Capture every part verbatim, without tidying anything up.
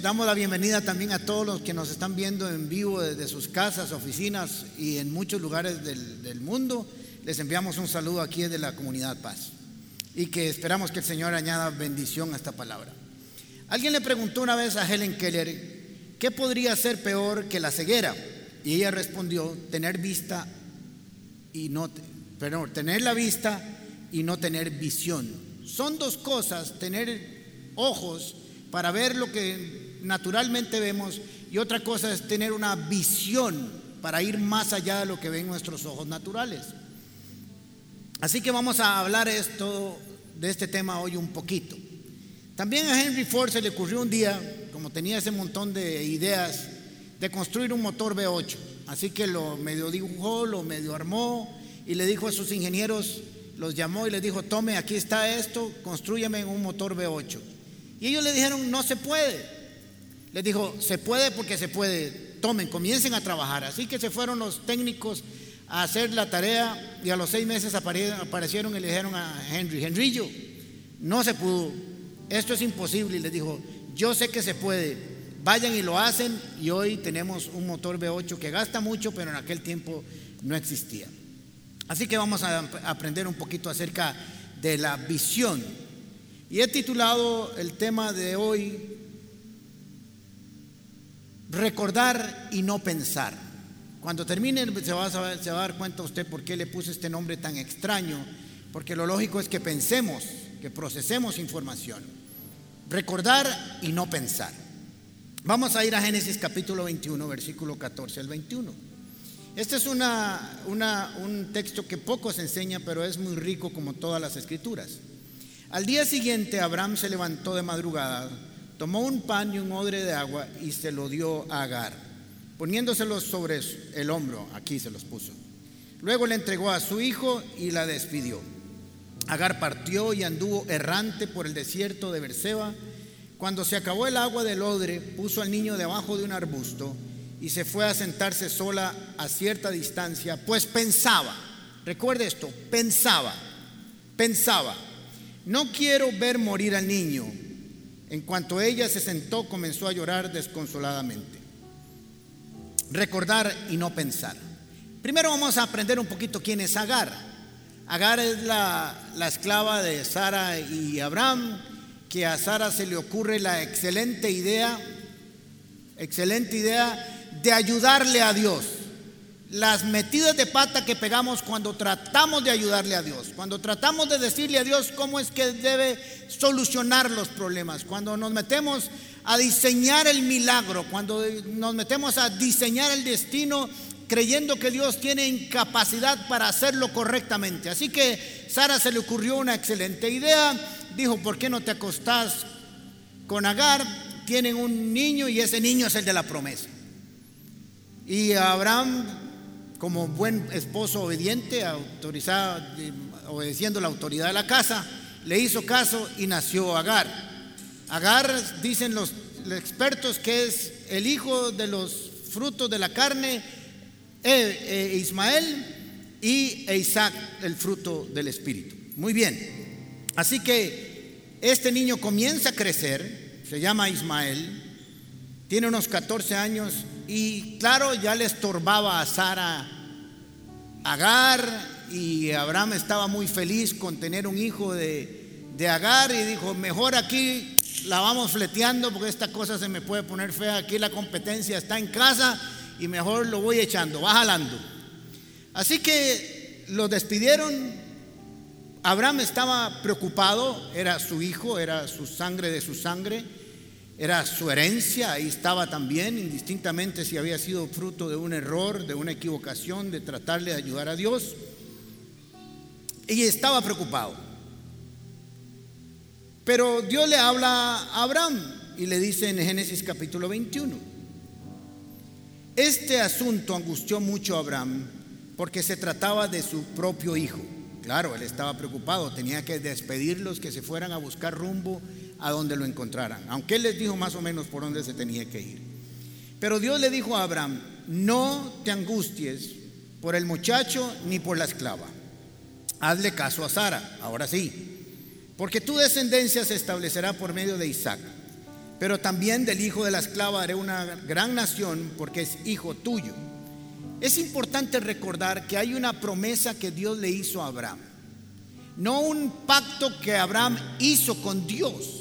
damos la bienvenida también a todos los que nos están viendo en vivo desde sus casas, oficinas y en muchos lugares del, del mundo. Les enviamos un saludo aquí desde la Comunidad Paz y que esperamos que el Señor añada bendición a esta palabra. Alguien le preguntó una vez a Helen Keller ¿qué podría ser peor que la ceguera? Y ella respondió: tener vista y no, perdón, tener la vista y no tener visión. Son dos cosas: tener ojos para ver lo que naturalmente vemos, y otra cosa es tener una visión para ir más allá de lo que ven nuestros ojos naturales. Así que vamos a hablar esto, de este tema hoy un poquito. También a Henry Ford se le ocurrió un día, como tenía ese montón de ideas, de construir un motor V ocho. Así que lo medio dibujó, lo medio armó y le dijo a sus ingenieros, los llamó y les dijo: tome, aquí está esto, constrúyame un motor V ocho. Y ellos le dijeron: no se puede. Les dijo: se puede porque se puede, tomen, comiencen a trabajar. Así que se fueron los técnicos a hacer la tarea y a los seis meses aparecieron y le dijeron a Henry: Henrillo, no se pudo, esto es imposible. Y les dijo: yo sé que se puede, vayan y lo hacen. Y hoy tenemos un motor V ocho que gasta mucho, pero en aquel tiempo no existía. Así que vamos a aprender un poquito acerca de la visión. Y he titulado el tema de hoy: recordar y no pensar. Cuando termine se va a, saber, se va a dar cuenta usted por qué le puse este nombre tan extraño, porque lo lógico es que pensemos, que procesemos información. Recordar y no pensar. Vamos a ir a Génesis capítulo veintiuno, versículo catorce al veintiuno. Este es una, una, un texto que poco se enseña, pero es muy rico como todas las escrituras. Al día siguiente Abraham se levantó de madrugada, tomó un pan y un odre de agua y se lo dio a Agar, poniéndoselos sobre el hombro. Aquí se los puso. Luego le entregó a su hijo y la despidió. Agar partió y anduvo errante por el desierto de Berseba. Cuando se acabó el agua del odre, puso al niño debajo de un arbusto y se fue a sentarse sola a cierta distancia, pues pensaba, recuerde esto, pensaba, pensaba, no quiero ver morir al niño. En cuanto ella se sentó, comenzó a llorar desconsoladamente. Recordar y no pensar. Primero vamos a aprender un poquito quién es Agar. Agar es la, la esclava de Sara y Abraham, que a Sara se le ocurre la excelente idea, excelente idea de ayudarle a Dios. Las metidas de pata que pegamos cuando tratamos de ayudarle a Dios, cuando tratamos de decirle a Dios cómo es que debe solucionar los problemas, cuando nos metemos a diseñar el milagro, cuando nos metemos a diseñar el destino creyendo que Dios tiene incapacidad para hacerlo correctamente. Así que Sara se le ocurrió una excelente idea. Dijo: ¿por qué no te acostás con Agar? Tienen un niño y ese niño es el de la promesa. Y Abraham, como buen esposo obediente, autorizado, obedeciendo la autoridad de la casa, le hizo caso y nació Agar. Agar, dicen los, los expertos, que es el hijo de los frutos de la carne, eh, eh, Ismael, y Isaac, el fruto del espíritu. Muy bien, así que este niño comienza a crecer, se llama Ismael, tiene unos catorce años y claro, ya le estorbaba a Sara Agar, y Abraham estaba muy feliz con tener un hijo de, de Agar, y dijo: mejor aquí la vamos fleteando porque esta cosa se me puede poner fea, aquí la competencia está en casa y mejor lo voy echando, va jalando. Así que lo despidieron. Abraham estaba preocupado, era su hijo, era su sangre de su sangre, era su herencia, ahí estaba también, indistintamente si había sido fruto de un error, de una equivocación, de tratarle de ayudar a Dios. Y estaba preocupado. Pero Dios le habla a Abraham y le dice en Génesis capítulo veintiuno: este asunto angustió mucho a Abraham porque se trataba de su propio hijo. Claro, él estaba preocupado, tenía que despedirlos, que se fueran a buscar rumbo a donde lo encontraran, aunque él les dijo más o menos por dónde se tenía que ir. Pero Dios le dijo a Abraham: no te angusties por el muchacho ni por la esclava, hazle caso a Sara, ahora sí, porque tu descendencia se establecerá por medio de Isaac. pero también del hijo de la esclava haré una gran nación, porque es hijo tuyo. Es importante recordar que hay una promesa que Dios le hizo a Abraham, no un pacto que Abraham hizo con Dios,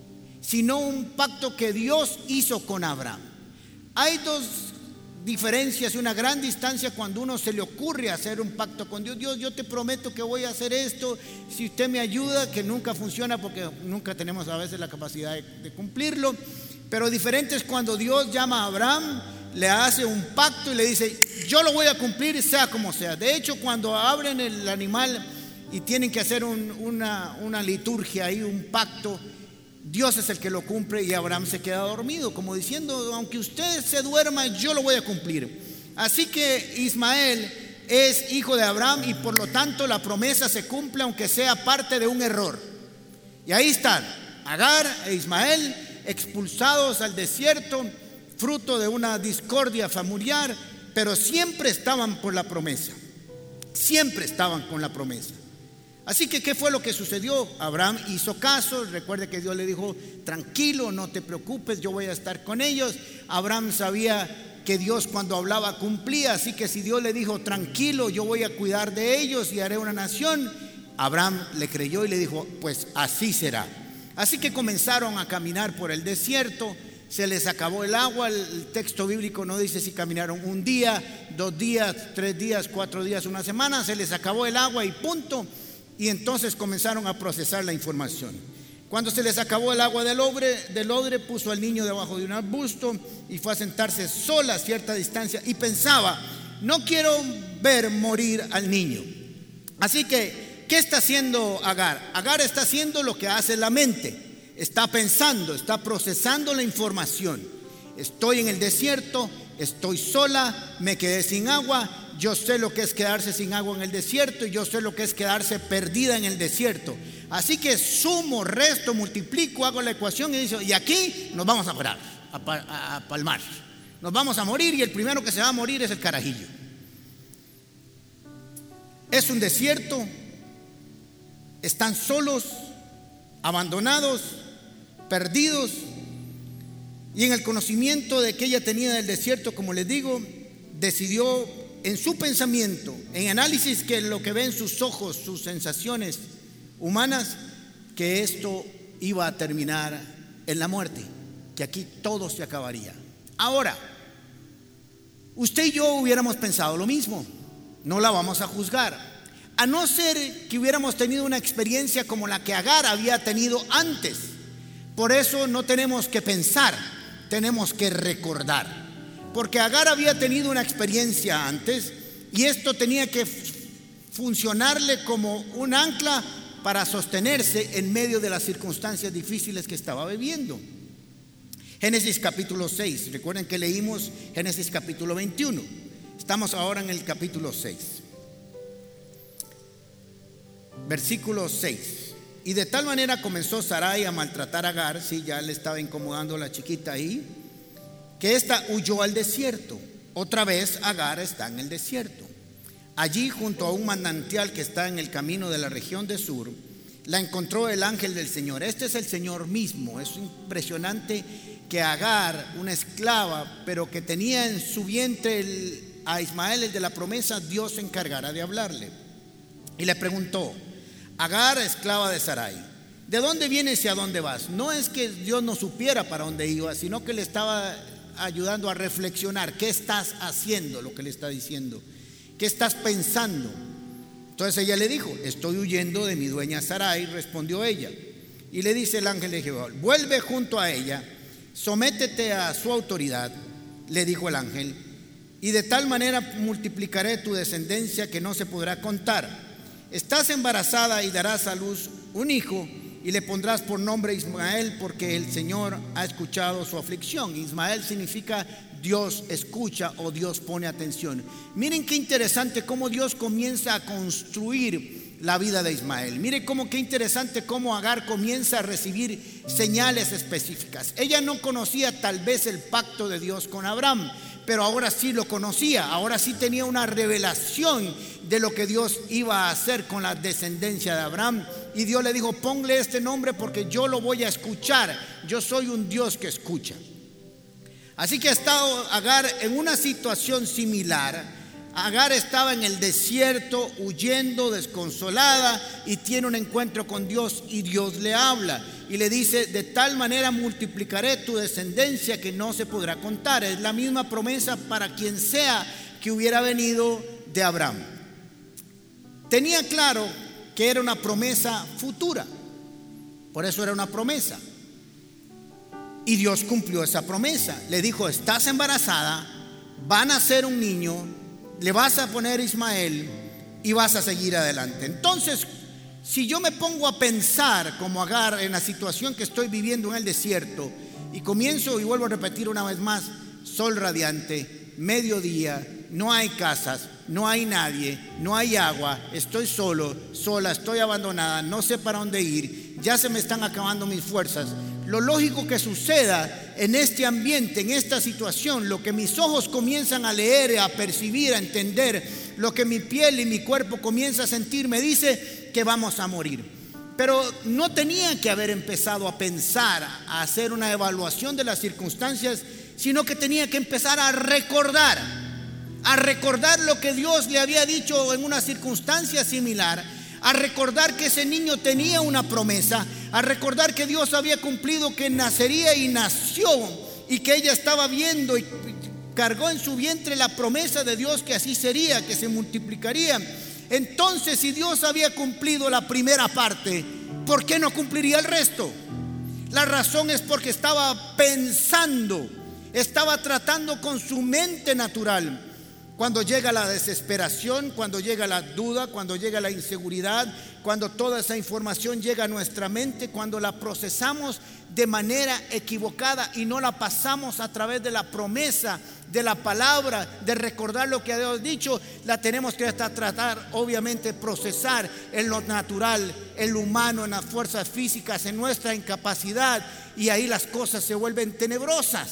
sino un pacto que Dios hizo con Abraham. Hay dos diferencias y una gran distancia cuando uno se le ocurre hacer un pacto con Dios. Dios, yo te prometo que voy a hacer esto si usted me ayuda, que nunca funciona porque nunca tenemos a veces la capacidad de, de cumplirlo. Pero diferente es cuando Dios llama a Abraham, le hace un pacto y le dice: yo lo voy a cumplir sea como sea. De hecho, cuando abren el animal y tienen que hacer un, una, una liturgia ahí, un pacto, Dios es el que lo cumple, y Abraham se queda dormido, como diciendo: aunque usted se duerma, yo lo voy a cumplir. Así que Ismael es hijo de Abraham, y por lo tanto la promesa se cumple aunque sea parte de un error. Y ahí están Agar e Ismael expulsados al desierto, fruto de una discordia familiar, pero siempre estaban por la promesa, siempre estaban con la promesa. Así que, ¿qué fue lo que sucedió? Abraham hizo caso. Recuerde que Dios le dijo: tranquilo, no te preocupes, yo voy a estar con ellos. Abraham sabía que Dios, cuando hablaba, cumplía. Así que si Dios le dijo: tranquilo, yo voy a cuidar de ellos y haré una nación, Abraham le creyó y le dijo: pues así será. Así que comenzaron a caminar por el desierto. Se les acabó el agua. El texto bíblico no dice si caminaron un día, dos días, tres días, cuatro días, una semana. Se les acabó el agua y punto. Y entonces comenzaron a procesar la información. Cuando se les acabó el agua del odre, del odre, puso al niño debajo de un arbusto y fue a sentarse sola a cierta distancia, y pensaba: no quiero ver morir al niño. Así que, ¿qué está haciendo Agar? Agar está haciendo lo que hace la mente. Está pensando, está procesando la información. Estoy en el desierto, estoy sola, me quedé sin agua. Yo sé lo que es quedarse sin agua en el desierto, y yo sé lo que es quedarse perdida en el desierto. Así que sumo, resto, multiplico, hago la ecuación y dice: y aquí nos vamos a parar, a, a, a palmar. Nos vamos a morir, y el primero que se va a morir es el carajillo. Es un desierto, están solos, abandonados, perdidos, y en el conocimiento de que ella tenía del desierto, como les digo, decidió en su pensamiento, en análisis que lo que ve en sus ojos, sus sensaciones humanas, que esto iba a terminar en la muerte, que aquí todo se acabaría. Ahora, usted y yo hubiéramos pensado lo mismo. No la vamos a juzgar, a no ser que hubiéramos tenido una experiencia como la que Agar había tenido antes. Por eso no tenemos que pensar, tenemos que recordar. Porque Agar había tenido una experiencia antes, y esto tenía que funcionarle como un ancla para sostenerse en medio de las circunstancias difíciles que estaba viviendo. Génesis capítulo seis, recuerden que leímos Génesis capítulo veintiuno. Estamos ahora en el capítulo seis, versículo seis. Y de tal manera comenzó Sarai a maltratar a Agar, sí, ya le estaba incomodando la chiquita ahí, que ésta huyó al desierto. Otra vez Agar está en el desierto. Allí, junto a un manantial que está en el camino de la región de Sur, la encontró el ángel del Señor. Este es el Señor mismo. Es impresionante que Agar, una esclava, pero que tenía en su vientre el, a Ismael, el de la promesa, Dios se encargará de hablarle. Y le preguntó: Agar, esclava de Sarai, ¿de dónde vienes y a dónde vas? No es que Dios no supiera para dónde iba, sino que le estaba ayudando a reflexionar. ¿Qué estás haciendo? Lo que le está diciendo. ¿Qué estás pensando? Entonces ella le dijo: estoy huyendo de mi dueña Sarai, respondió ella. Y le dice el ángel de Jehová: vuelve junto a ella, sométete a su autoridad, le dijo el ángel, y de tal manera multiplicaré tu descendencia que no se podrá contar. Estás embarazada y darás a luz un hijo, y le pondrás por nombre Ismael, porque el Señor ha escuchado su aflicción. Ismael significa Dios escucha o Dios pone atención. Miren qué interesante cómo Dios comienza a construir la vida de Ismael. Miren cómo qué interesante cómo Agar comienza a recibir señales específicas. Ella no conocía tal vez el pacto de Dios con Abraham, pero ahora sí lo conocía. Ahora sí tenía una revelación de lo que Dios iba a hacer con la descendencia de Abraham y Dios le dijo: ponle este nombre porque yo lo voy a escuchar, yo soy un Dios que escucha. Así que ha estado Agar en una situación similar. Agar estaba en el desierto, huyendo, desconsolada, y tiene un encuentro con Dios, y Dios le habla y le dice: de tal manera multiplicaré tu descendencia que no se podrá contar. Es la misma promesa para quien sea que hubiera venido de Abraham. Tenía claro que era una promesa futura, por eso era una promesa, y Dios cumplió esa promesa. Le dijo: estás embarazada, va a nacer un niño, le vas a poner Ismael y vas a seguir adelante. Entonces, si yo me pongo a pensar como Agar en la situación que estoy viviendo en el desierto, y comienzo y vuelvo a repetir una vez más: sol radiante, mediodía, no hay casas, no hay nadie, no hay agua, estoy solo, sola, estoy abandonada, no sé para dónde ir, ya se me están acabando mis fuerzas. Lo lógico que suceda en este ambiente, en esta situación, lo que mis ojos comienzan a leer, a percibir, a entender, lo que mi piel y mi cuerpo comienza a sentir, me dice que vamos a morir. Pero no tenía que haber empezado a pensar, a hacer una evaluación de las circunstancias, sino que tenía que empezar a recordar, a recordar lo que Dios le había dicho en una circunstancia similar, a recordar que ese niño tenía una promesa, a recordar que Dios había cumplido, que nacería y nació, y que ella estaba viendo y cargó en su vientre la promesa de Dios, que así sería, que se multiplicaría. Entonces, si Dios había cumplido la primera parte, ¿por qué no cumpliría el resto? La razón es porque estaba pensando, estaba tratando con su mente natural. Cuando llega la desesperación, cuando llega la duda, cuando llega la inseguridad, cuando toda esa información llega a nuestra mente, cuando la procesamos de manera equivocada y no la pasamos a través de la promesa, de la palabra, de recordar lo que Dios ha dicho, la tenemos que hasta tratar, obviamente, procesar en lo natural, en lo humano, en las fuerzas físicas, en nuestra incapacidad, y ahí las cosas se vuelven tenebrosas.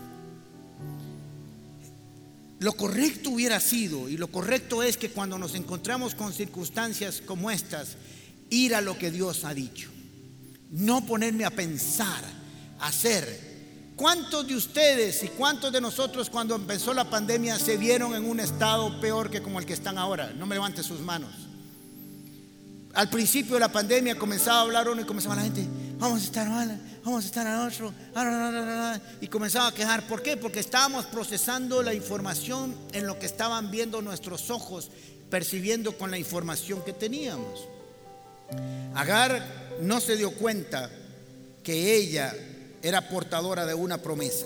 Lo correcto hubiera sido, y lo correcto es que cuando nos encontramos con circunstancias como estas, ir a lo que Dios ha dicho, no ponerme a pensar, a hacer. ¿Cuántos de ustedes y cuántos de nosotros, cuando empezó la pandemia, se vieron en un estado peor que como el que están ahora? No me levante sus manos. Al principio de la pandemia comenzaba a hablar uno y comenzaba la gente: vamos a estar mal, vamos a estar a otro, y comenzaba a quejar. ¿Por qué? Porque estábamos procesando la información en lo que estaban viendo nuestros ojos, percibiendo con la información que teníamos. Agar no se dio cuenta que ella era portadora de una promesa.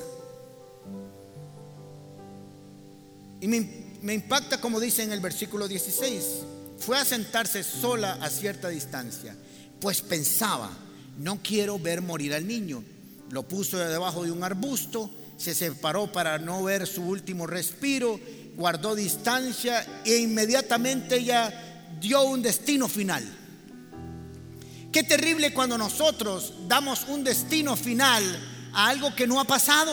Y me, me impacta como dice en el versículo dieciséis: fue a sentarse sola a cierta distancia, pues pensaba: no quiero ver morir al niño. Lo puso debajo de un arbusto, se separó para no ver su último respiro, guardó distancia e inmediatamente ella dio un destino final. Qué terrible cuando nosotros damos un destino final a algo que no ha pasado.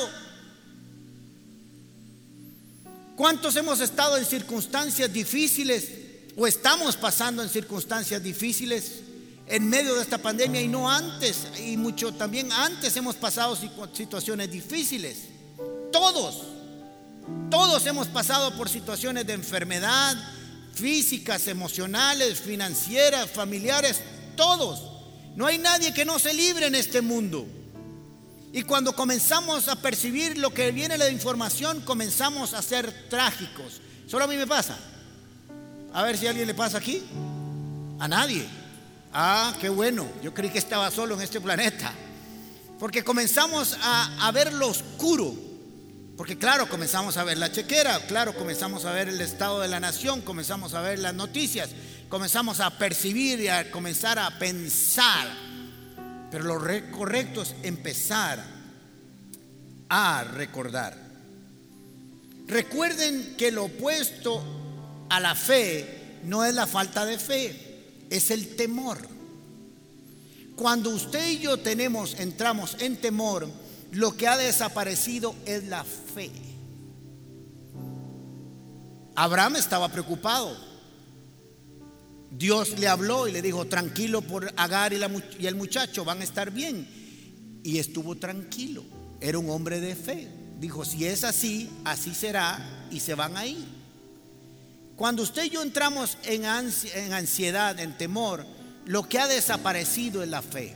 ¿Cuántos hemos estado en circunstancias difíciles o estamos pasando en circunstancias difíciles en medio de esta pandemia, y no antes, y mucho también antes hemos pasado situaciones difíciles? Todos, todos hemos pasado por situaciones de enfermedad, físicas, emocionales, financieras, familiares, todos. No hay nadie que no se libre en este mundo. Y cuando comenzamos a percibir lo que viene de la información, comenzamos a ser trágicos. Solo a mí me pasa. A ver si a alguien le pasa aquí. A nadie. Ah, qué bueno. Yo creí que estaba solo en este planeta. Porque comenzamos a, a ver lo oscuro. Porque claro, comenzamos a ver la chequera. Claro, comenzamos a ver el estado de la nación. Comenzamos a ver las noticias. Comenzamos a percibir y a comenzar a pensar. Pero lo correcto es empezar a recordar. Recuerden que lo opuesto a la fe no es la falta de fe, es el temor. Cuando usted y yo tenemos, entramos en temor, lo que ha desaparecido es la fe. Abraham estaba preocupado. Dios le habló y le dijo: tranquilo por Agar y, la, y el muchacho, van a estar bien. Y estuvo tranquilo. Era un hombre de fe. Dijo: si es así, así será, y se van a ir. Cuando usted y yo entramos en, ansi en ansiedad, en temor, lo que ha desaparecido es la fe.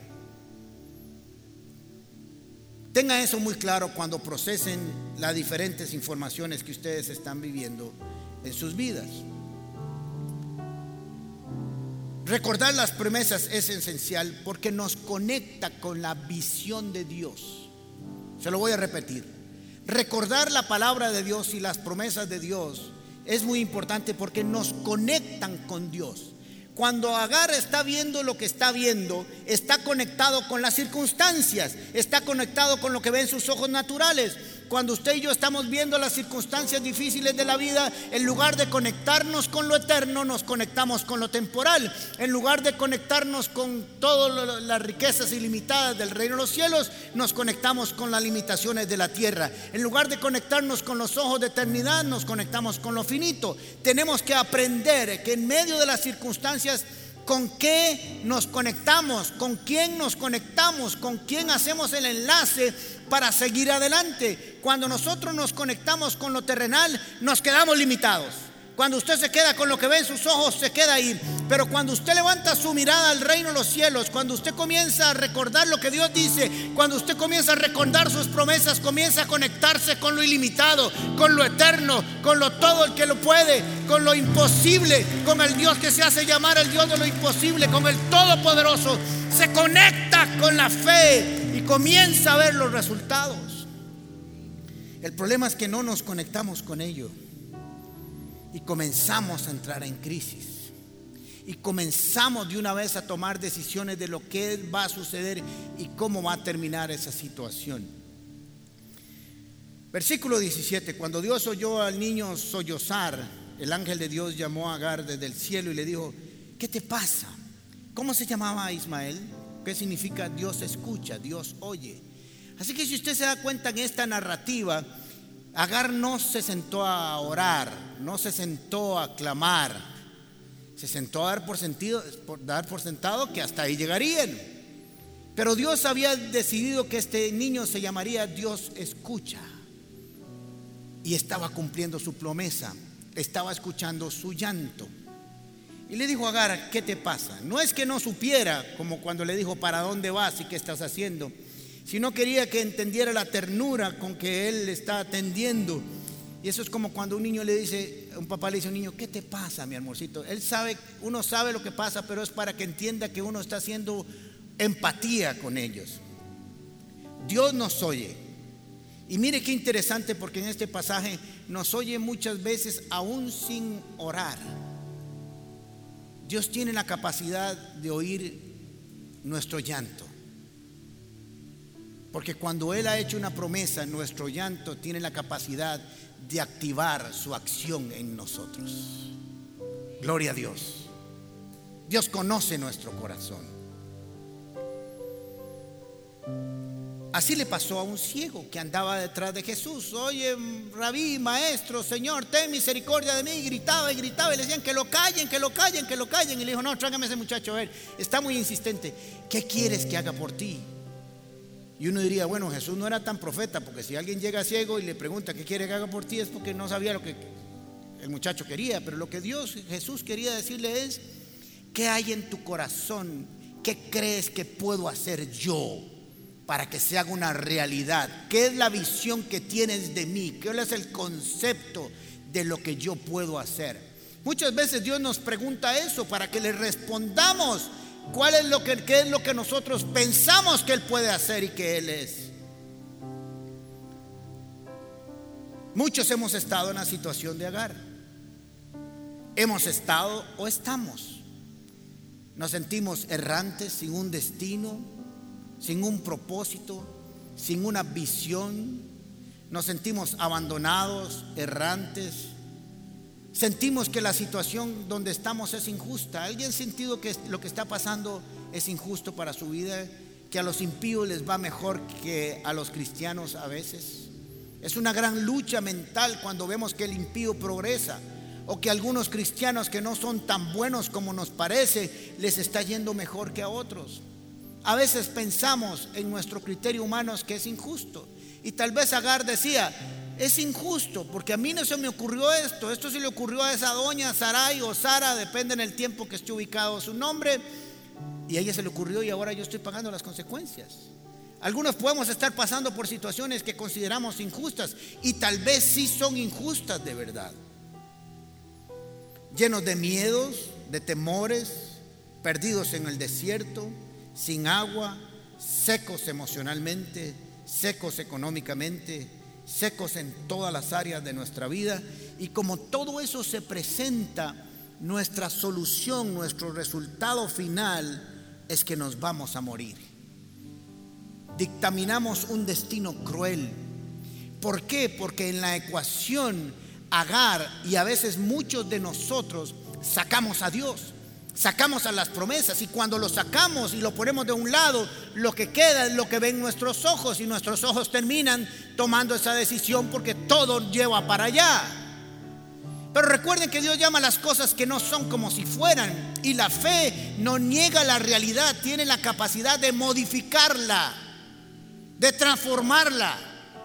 Tenga eso muy claro cuando procesen las diferentes informaciones que ustedes están viviendo en sus vidas. Recordar las promesas es esencial porque nos conecta con la visión de Dios. Se lo voy a repetir. Recordar la palabra de Dios y las promesas de Dios es muy importante porque nos conectan con Dios. Cuando Agar está viendo lo que está viendo, está conectado con las circunstancias, está conectado con lo que ven sus ojos naturales. Cuando usted y yo estamos viendo las circunstancias difíciles de la vida, en lugar de conectarnos con lo eterno, nos conectamos con lo temporal. En lugar de conectarnos con todas las riquezas ilimitadas del reino de los cielos, nos conectamos con las limitaciones de la tierra. En lugar de conectarnos con los ojos de eternidad, nos conectamos con lo finito. Tenemos que aprender que en medio de las circunstancias, ¿con qué nos conectamos? ¿Con quién nos conectamos? ¿Con quién hacemos el enlace para seguir adelante? Cuando nosotros nos conectamos con lo terrenal, nos quedamos limitados. Cuando usted se queda con lo que ve en sus ojos, se queda ahí. Pero cuando usted levanta su mirada al reino de los cielos, cuando usted comienza a recordar lo que Dios dice, cuando usted comienza a recordar sus promesas, comienza a conectarse con lo ilimitado, con lo eterno, con lo todo el que lo puede, con lo imposible, con el Dios que se hace llamar el Dios de lo imposible, con el Todopoderoso. Se conecta con la fe y comienza a ver los resultados. El problema es que no nos conectamos con ello. Y comenzamos a entrar en crisis. Y comenzamos de una vez a tomar decisiones de lo que va a suceder y cómo va a terminar esa situación. Versículo diecisiete. Cuando Dios oyó al niño sollozar, el ángel de Dios llamó a Agar desde el cielo y le dijo: ¿qué te pasa? ¿Cómo se llamaba Ismael? ¿Qué significa Dios escucha, Dios oye? Así que si usted se da cuenta en esta narrativa, Agar no se sentó a orar, no se sentó a clamar, se sentó a dar por, sentido, por dar por sentado que hasta ahí llegarían. Pero Dios había decidido que este niño se llamaría Dios escucha. Y estaba cumpliendo su promesa, estaba escuchando su llanto. Y le dijo a Agar: ¿qué te pasa? No es que no supiera, como cuando le dijo: ¿para dónde vas y qué estás haciendo? Sino quería que entendiera la ternura con que él le está atendiendo. Y eso es como cuando un niño le dice, un papá le dice a un niño: ¿qué te pasa, mi amorcito? Él sabe, uno sabe lo que pasa, pero es para que entienda que uno está haciendo empatía con ellos. Dios nos oye. Y mire qué interesante, porque en este pasaje nos oye muchas veces aún sin orar. Dios tiene la capacidad de oír nuestro llanto. Porque cuando Él ha hecho una promesa, nuestro llanto tiene la capacidad de activar su acción en nosotros. Gloria a Dios. Dios conoce nuestro corazón. Así le pasó a un ciego que andaba detrás de Jesús. Oye, rabí, maestro, Señor, ten misericordia de mí. Y gritaba y gritaba y le decían: que lo callen, que lo callen, que lo callen. Y le dijo: no, tráigame ese muchacho a ver. Está muy insistente. ¿Qué quieres que haga por ti? Y uno diría: bueno, Jesús no era tan profeta, porque si alguien llega ciego y le pregunta qué quiere que haga por ti, es porque no sabía lo que el muchacho quería. Pero lo que Dios, Jesús quería decirle es: ¿qué hay en tu corazón? ¿Qué crees que puedo hacer yo para que se haga una realidad? ¿Qué es la visión que tienes de mí? ¿Qué es el concepto de lo que yo puedo hacer? Muchas veces Dios nos pregunta eso para que le respondamos ¿cuál es lo que, qué es lo que nosotros pensamos que Él puede hacer y que Él es? Muchos hemos estado en la situación de Agar. Hemos estado o estamos. Nos sentimos errantes, sin un destino, sin un propósito, sin una visión. Nos sentimos abandonados, errantes. Sentimos que la situación donde estamos es injusta. ¿Alguien ha sentido que lo que está pasando es injusto para su vida? Que a los impíos les va mejor que a los cristianos a veces. Es una gran lucha mental cuando vemos que el impío progresa, o que a algunos cristianos que no son tan buenos como nos parece les está yendo mejor que a otros. A veces pensamos en nuestro criterio humano que es injusto, y tal vez Agar decía: es injusto porque a mí no se me ocurrió esto, esto se le ocurrió a esa doña Sarai o Sara, depende en el tiempo que esté ubicado su nombre, y a ella se le ocurrió y ahora yo estoy pagando las consecuencias. Algunos podemos estar pasando por situaciones que consideramos injustas, y tal vez sí son injustas de verdad, llenos de miedos, de temores, perdidos en el desierto, sin agua, secos emocionalmente, secos económicamente, secos en todas las áreas de nuestra vida. Y como todo eso se presenta, nuestra solución, nuestro resultado final es que nos vamos a morir. Dictaminamos un destino cruel. ¿Por qué? Porque en la ecuación Agar y a veces muchos de nosotros sacamos a Dios, sacamos a las promesas, y cuando lo sacamos y lo ponemos de un lado, lo que queda es lo que ven nuestros ojos, y nuestros ojos terminan tomando esa decisión porque todo lleva para allá. Pero recuerden que Dios llama las cosas que no son como si fueran, y la fe no niega la realidad, tiene la capacidad de modificarla, de transformarla.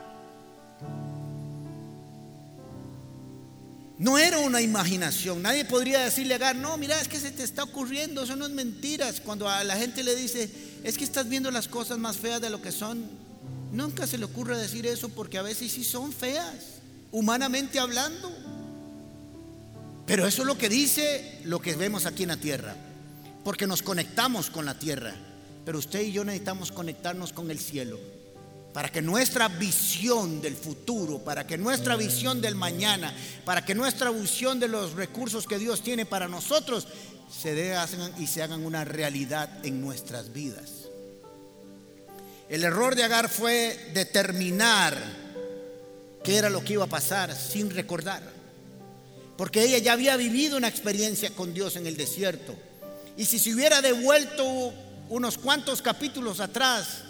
No era una imaginación. Nadie podría decirle a Agar: no, mira, es que se te está ocurriendo, eso no es mentiras. Cuando a la gente le dice: es que estás viendo las cosas más feas de lo que son, nunca se le ocurre decir eso, porque a veces sí son feas, humanamente hablando. Pero eso es lo que dice lo que vemos aquí en la tierra, porque nos conectamos con la tierra. Pero usted y yo necesitamos conectarnos con el cielo, para que nuestra visión del futuro, para que nuestra visión del mañana, para que nuestra visión de los recursos que Dios tiene para nosotros se dé y se hagan una realidad en nuestras vidas. El error de Agar fue determinar qué era lo que iba a pasar sin recordar, porque ella ya había vivido una experiencia con Dios en el desierto. Y si se hubiera devuelto unos cuantos capítulos atrás,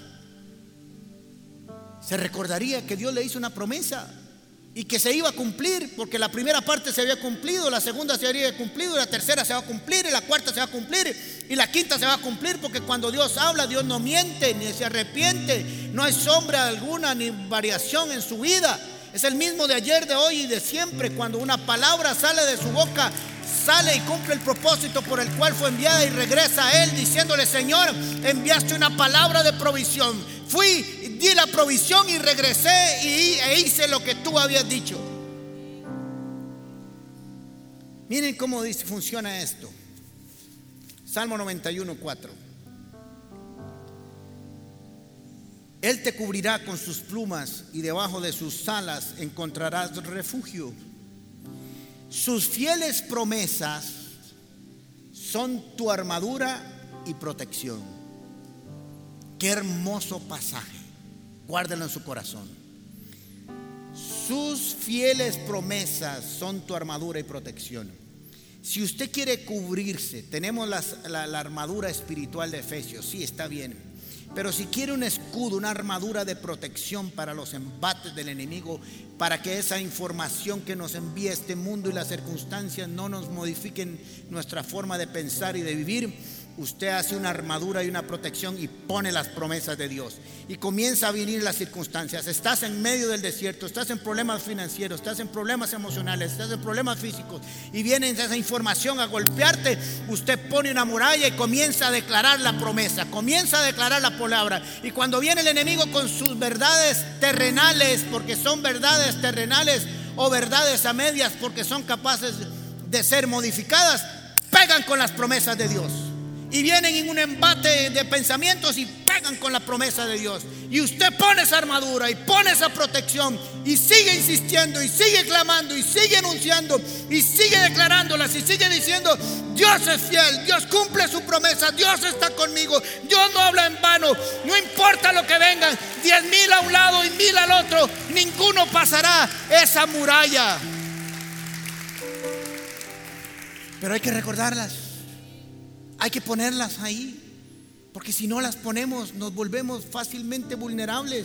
se recordaría que Dios le hizo una promesa y que se iba a cumplir, porque la primera parte se había cumplido, la segunda se había cumplido, la tercera se va a cumplir, y la cuarta se va a cumplir, y la quinta se va a cumplir, porque cuando Dios habla, Dios no miente ni se arrepiente, no hay sombra alguna ni variación en su vida. Es el mismo de ayer, de hoy y de siempre. Cuando una palabra sale de su boca, sale y cumple el propósito por el cual fue enviada, y regresa a Él diciéndole: Señor, enviaste una palabra de provisión, fui, di la provisión y regresé y, e hice lo que tú habías dicho. Miren cómo dice, funciona esto. Salmo noventa y uno, cuatro. Él te cubrirá con sus plumas, y debajo de sus alas encontrarás refugio. Sus fieles promesas son tu armadura y protección. Qué hermoso pasaje. Guárdenlo en su corazón. Sus fieles promesas son tu armadura y protección. Si usted quiere cubrirse, tenemos las, la, la armadura espiritual de Efesios, sí, está bien. Pero si quiere un escudo, una armadura de protección para los embates del enemigo, para que esa información que nos envía este mundo y las circunstancias no nos modifiquen nuestra forma de pensar y de vivir, usted hace una armadura y una protección y pone las promesas de Dios, y comienza a venir las circunstancias. Estás en medio del desierto, estás en problemas financieros, estás en problemas emocionales, estás en problemas físicos, y viene esa información a golpearte. Usted pone una muralla y comienza a declarar la promesa, comienza a declarar la palabra. Y cuando viene el enemigo con sus verdades terrenales, porque son verdades terrenales, o verdades a medias, porque son capaces de ser modificadas, pegan con las promesas de Dios. Y vienen en un embate de pensamientos y pegan con la promesa de Dios. Y usted pone esa armadura y pone esa protección, y sigue insistiendo, y sigue clamando, y sigue anunciando, y sigue declarándolas, y sigue diciendo: Dios es fiel, Dios cumple su promesa, Dios está conmigo, Dios no habla en vano. No importa lo que vengan, diez mil a un lado y mil al otro, ninguno pasará esa muralla. Pero hay que recordarlas. Hay que ponerlas ahí, porque si no las ponemos nos volvemos fácilmente vulnerables.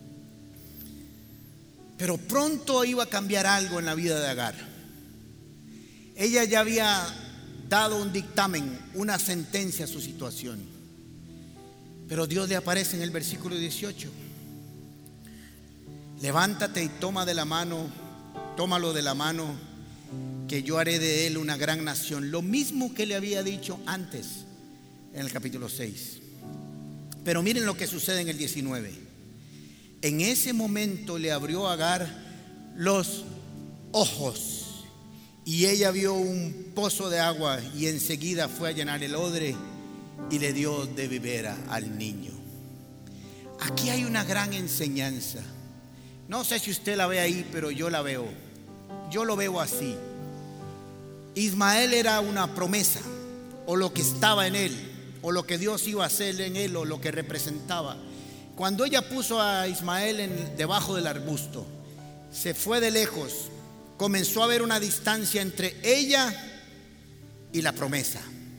Pero pronto iba a cambiar algo en la vida de Agar. Ella ya había dado un dictamen, una sentencia a su situación. Pero Dios le aparece en el versículo dieciocho. Levántate y toma de la mano, tómalo de la mano, que yo haré de él una gran nación. Lo mismo que le había dicho antes en el capítulo seis. Pero miren lo que sucede en el diecinueve. En ese momento le abrió Agar los ojos y ella vio un pozo de agua y enseguida fue a llenar el odre y le dio de beber al niño. Aquí hay una gran enseñanza. No sé si usted la ve ahí, pero yo la veo. Yo lo veo así. Ismael era una promesa, o lo que estaba en él, o lo que Dios iba a hacer en él, o lo que representaba. Cuando ella puso a Ismael en, debajo del arbusto, se fue de lejos, comenzó a haber una distancia entre ella y la promesa,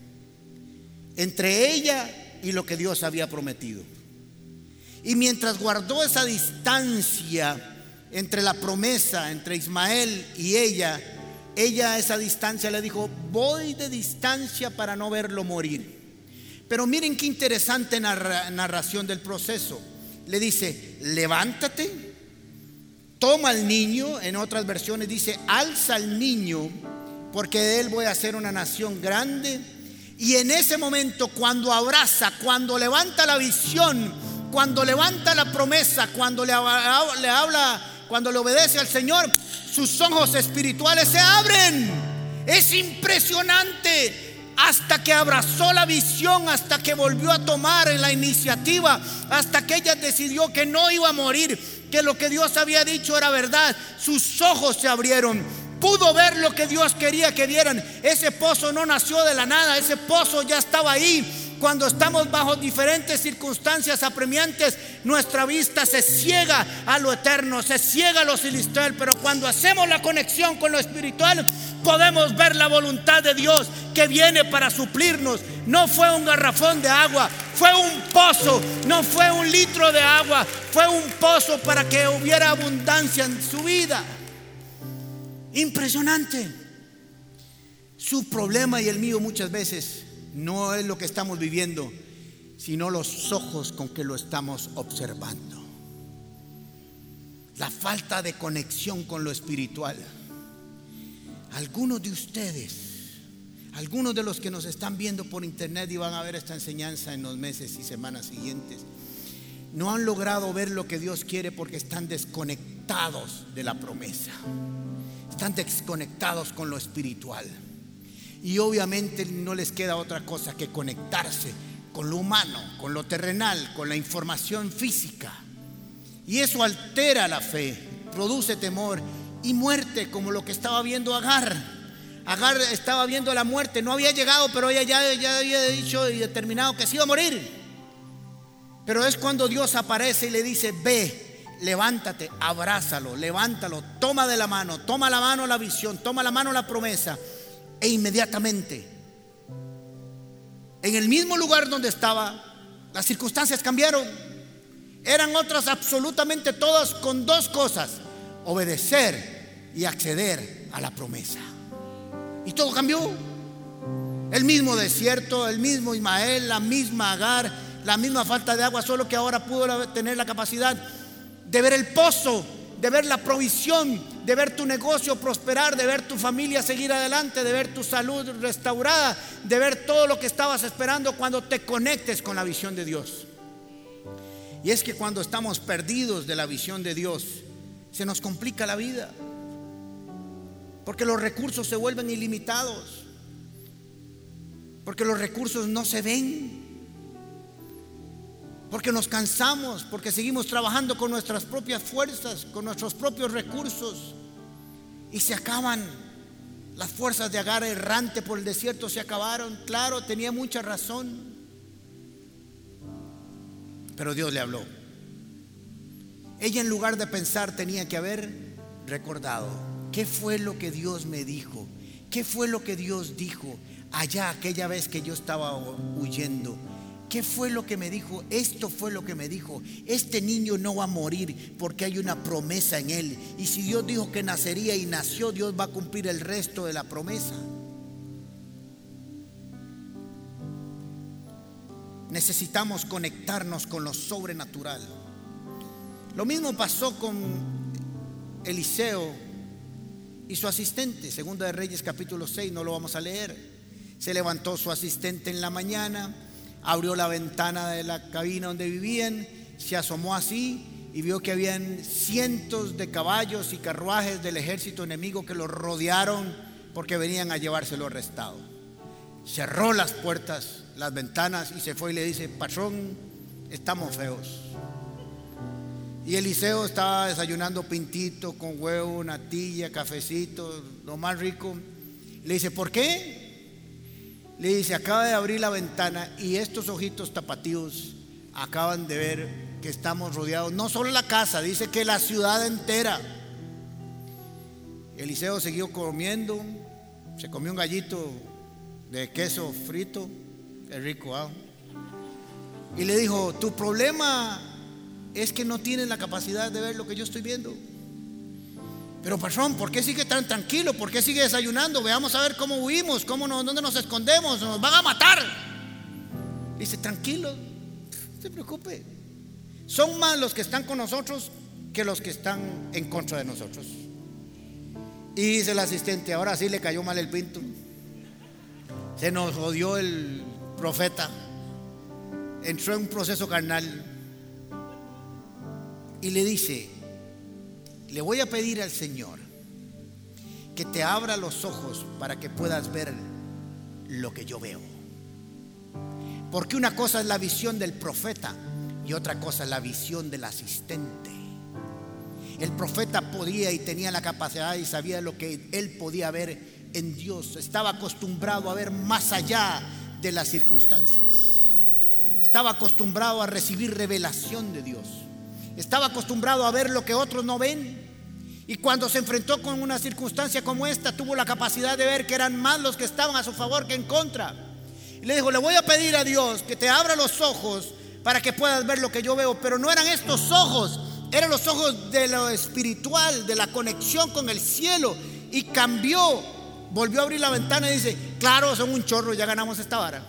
entre ella y lo que Dios había prometido. Y mientras guardó esa distancia entre la promesa, entre Ismael y ella, ella a esa distancia le dijo: voy de distancia para no verlo morir. Pero miren qué interesante narra, narración del proceso. Le dice: levántate, toma al niño. En otras versiones dice: alza al niño, porque de él voy a hacer una nación grande. Y en ese momento, cuando abraza, cuando levanta la visión, cuando levanta la promesa, cuando le habla, le habla, cuando le obedece al Señor, sus ojos espirituales se abren. Es impresionante. Hasta que abrazó la visión, hasta que volvió a tomar la iniciativa, hasta que ella decidió que no iba a morir, que lo que Dios había dicho era verdad, sus ojos se abrieron. Pudo ver lo que Dios quería que vieran. Ese pozo no nació de la nada, ese pozo ya estaba ahí. Cuando estamos bajo diferentes circunstancias apremiantes, nuestra vista se ciega a lo eterno, se ciega a lo celestial. Pero cuando hacemos la conexión con lo espiritual, podemos ver la voluntad de Dios que viene para suplirnos. No fue un garrafón de agua, fue un pozo. No fue un litro de agua, fue un pozo para que hubiera abundancia en su vida. Impresionante. Su problema y el mío muchas veces no es lo que estamos viviendo, sino los ojos con que lo estamos observando. La falta de conexión con lo espiritual. Algunos de ustedes, algunos de los que nos están viendo por internet y van a ver esta enseñanza en los meses y semanas siguientes, no han logrado ver lo que Dios quiere porque están desconectados de la promesa. Están desconectados con lo espiritual. Y obviamente no les queda otra cosa que conectarse con lo humano, con lo terrenal, con la información física. Y eso altera la fe, produce temor y muerte, como lo que estaba viendo Agar. Agar estaba viendo la muerte, no había llegado, pero ella ya, ya había dicho y determinado que se iba a morir. Pero es cuando Dios aparece y le dice: ve, levántate, abrázalo, levántalo, toma de la mano, toma la mano la visión, toma la mano la promesa. E inmediatamente, en el mismo lugar donde estaba, las circunstancias cambiaron. Eran otras absolutamente todas, con dos cosas: obedecer y acceder a la promesa. Y todo cambió. El mismo desierto, el mismo Ismael, la misma Agar, la misma falta de agua, solo que ahora pudo tener la capacidad de ver el pozo, de ver la provisión, de ver tu negocio prosperar, de ver tu familia seguir adelante, de ver tu salud restaurada, de ver todo lo que estabas esperando cuando te conectes con la visión de Dios. Y es que cuando estamos perdidos de la visión de Dios, se nos complica la vida, porque los recursos se vuelven ilimitados, porque los recursos no se ven, porque nos cansamos, porque seguimos trabajando con nuestras propias fuerzas, con nuestros propios recursos, y se acaban. Las fuerzas de Agar errante por el desierto se acabaron. Claro, tenía mucha razón, pero Dios le habló. Ella, en lugar de pensar, tenía que haber recordado: ¿qué fue lo que Dios me dijo? ¿Qué fue lo que Dios dijo allá aquella vez que yo estaba huyendo? ¿Qué fue lo que me dijo? Esto fue lo que me dijo. Este niño no va a morir porque hay una promesa en él. Y si Dios dijo que nacería y nació, Dios va a cumplir el resto de la promesa. Necesitamos conectarnos con lo sobrenatural. Lo mismo pasó con Eliseo y su asistente. Segunda de Reyes capítulo seis, no lo vamos a leer. Se levantó su asistente en la mañana, abrió la ventana de la cabina donde vivían, se asomó así y vio que habían cientos de caballos y carruajes del ejército enemigo que lo rodearon porque venían a llevárselo arrestado. Cerró las puertas, las ventanas y se fue y le dice: patrón, estamos feos. Y Eliseo estaba desayunando pintito con huevo, natilla, cafecito, lo más rico. Le dice: ¿por qué? Le dice: acaba de abrir la ventana y estos ojitos tapatíos acaban de ver que estamos rodeados, no solo la casa, dice que la ciudad entera. Eliseo siguió comiendo, se comió un gallito de queso frito, es rico, ¿eh? Y le dijo: tu problema es que no tienes la capacidad de ver lo que yo estoy viendo. Pero patrón, ¿por qué sigue tan tranquilo? ¿Por qué sigue desayunando? Veamos a ver cómo huimos, cómo nos, dónde nos escondemos, nos van a matar. Dice: tranquilo, no se preocupe. Son más los que están con nosotros que los que están en contra de nosotros. Y dice el asistente: ahora sí le cayó mal el pinto. Se nos jodió el profeta. Entró en un proceso carnal. Y le dice: le voy a pedir al Señor que te abra los ojos para que puedas ver lo que yo veo. Porque una cosa es la visión del profeta y otra cosa es la visión del asistente. El profeta podía y tenía la capacidad y sabía lo que él podía ver en Dios. Estaba acostumbrado a ver más allá de las circunstancias. Estaba acostumbrado a recibir revelación de Dios. Estaba acostumbrado a ver lo que otros no ven. Y cuando se enfrentó con una circunstancia como esta, tuvo la capacidad de ver que eran más los que estaban a su favor que en contra. Y le dijo: le voy a pedir a Dios que te abra los ojos para que puedas ver lo que yo veo. Pero no eran estos ojos, eran los ojos de lo espiritual, de la conexión con el cielo. Y cambió, volvió a abrir la ventana y dice: claro, son un chorro, ya ganamos esta vara.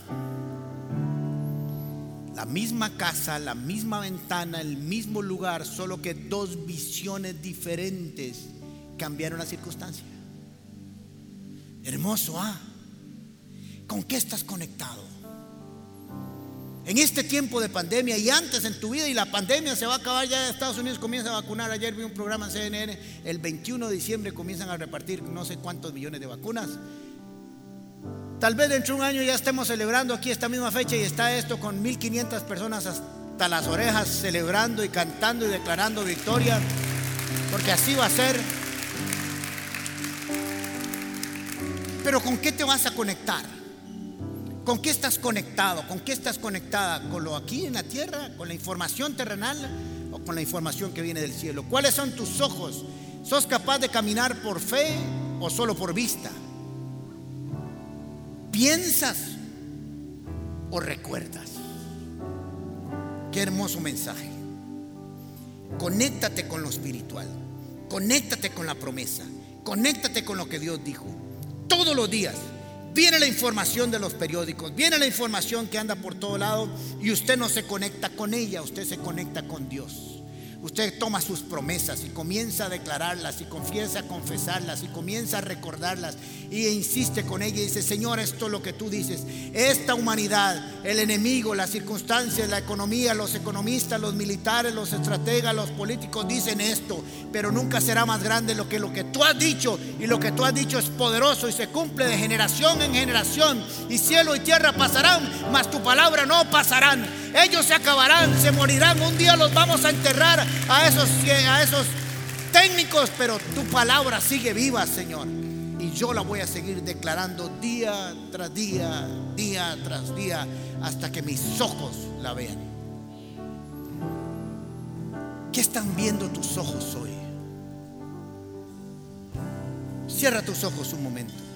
La misma casa, la misma ventana, el mismo lugar, solo que dos visiones diferentes cambiaron la circunstancia. Hermoso, ¿ah? ¿Con qué estás conectado? En este tiempo de pandemia y antes en tu vida, y la pandemia se va a acabar ya. Estados Unidos comienza a vacunar. Ayer vi un programa en C N N, el veintiuno de diciembre comienzan a repartir no sé cuántos millones de vacunas. Tal vez dentro de un año ya estemos celebrando aquí esta misma fecha y está esto con mil quinientas personas hasta las orejas celebrando y cantando y declarando victoria, porque así va a ser. Pero ¿con qué te vas a conectar? ¿Con qué estás conectado? ¿Con qué estás conectada? ¿Con lo aquí en la tierra? ¿Con la información terrenal? ¿O con la información que viene del cielo? ¿Cuáles son tus ojos? ¿Sos capaz de caminar por fe o solo por vista? ¿Piensas o recuerdas? Qué hermoso mensaje. Conéctate con lo espiritual. Conéctate con la promesa. Conéctate con lo que Dios dijo. Todos los días viene la información de los periódicos, viene la información que anda por todo lado y usted no se conecta con ella, usted se conecta con Dios. Usted toma sus promesas y comienza a declararlas y comienza a confesarlas y comienza a recordarlas y insiste con ella y dice: Señor, esto es lo que tú dices. Esta humanidad, el enemigo, las circunstancias, la economía, los economistas, los militares, los estrategas, los políticos dicen esto, pero nunca será más grande lo que lo que tú has dicho, y lo que tú has dicho es poderoso y se cumple de generación en generación. Y cielo y tierra pasarán, mas tu palabra no pasarán. Ellos se acabarán, se morirán, un día los vamos a enterrar a esos, a esos técnicos, pero tu palabra sigue viva, Señor, y yo la voy a seguir declarando día tras día, día tras día, hasta que mis ojos la vean. ¿Qué están viendo tus ojos hoy? Cierra tus ojos un momento.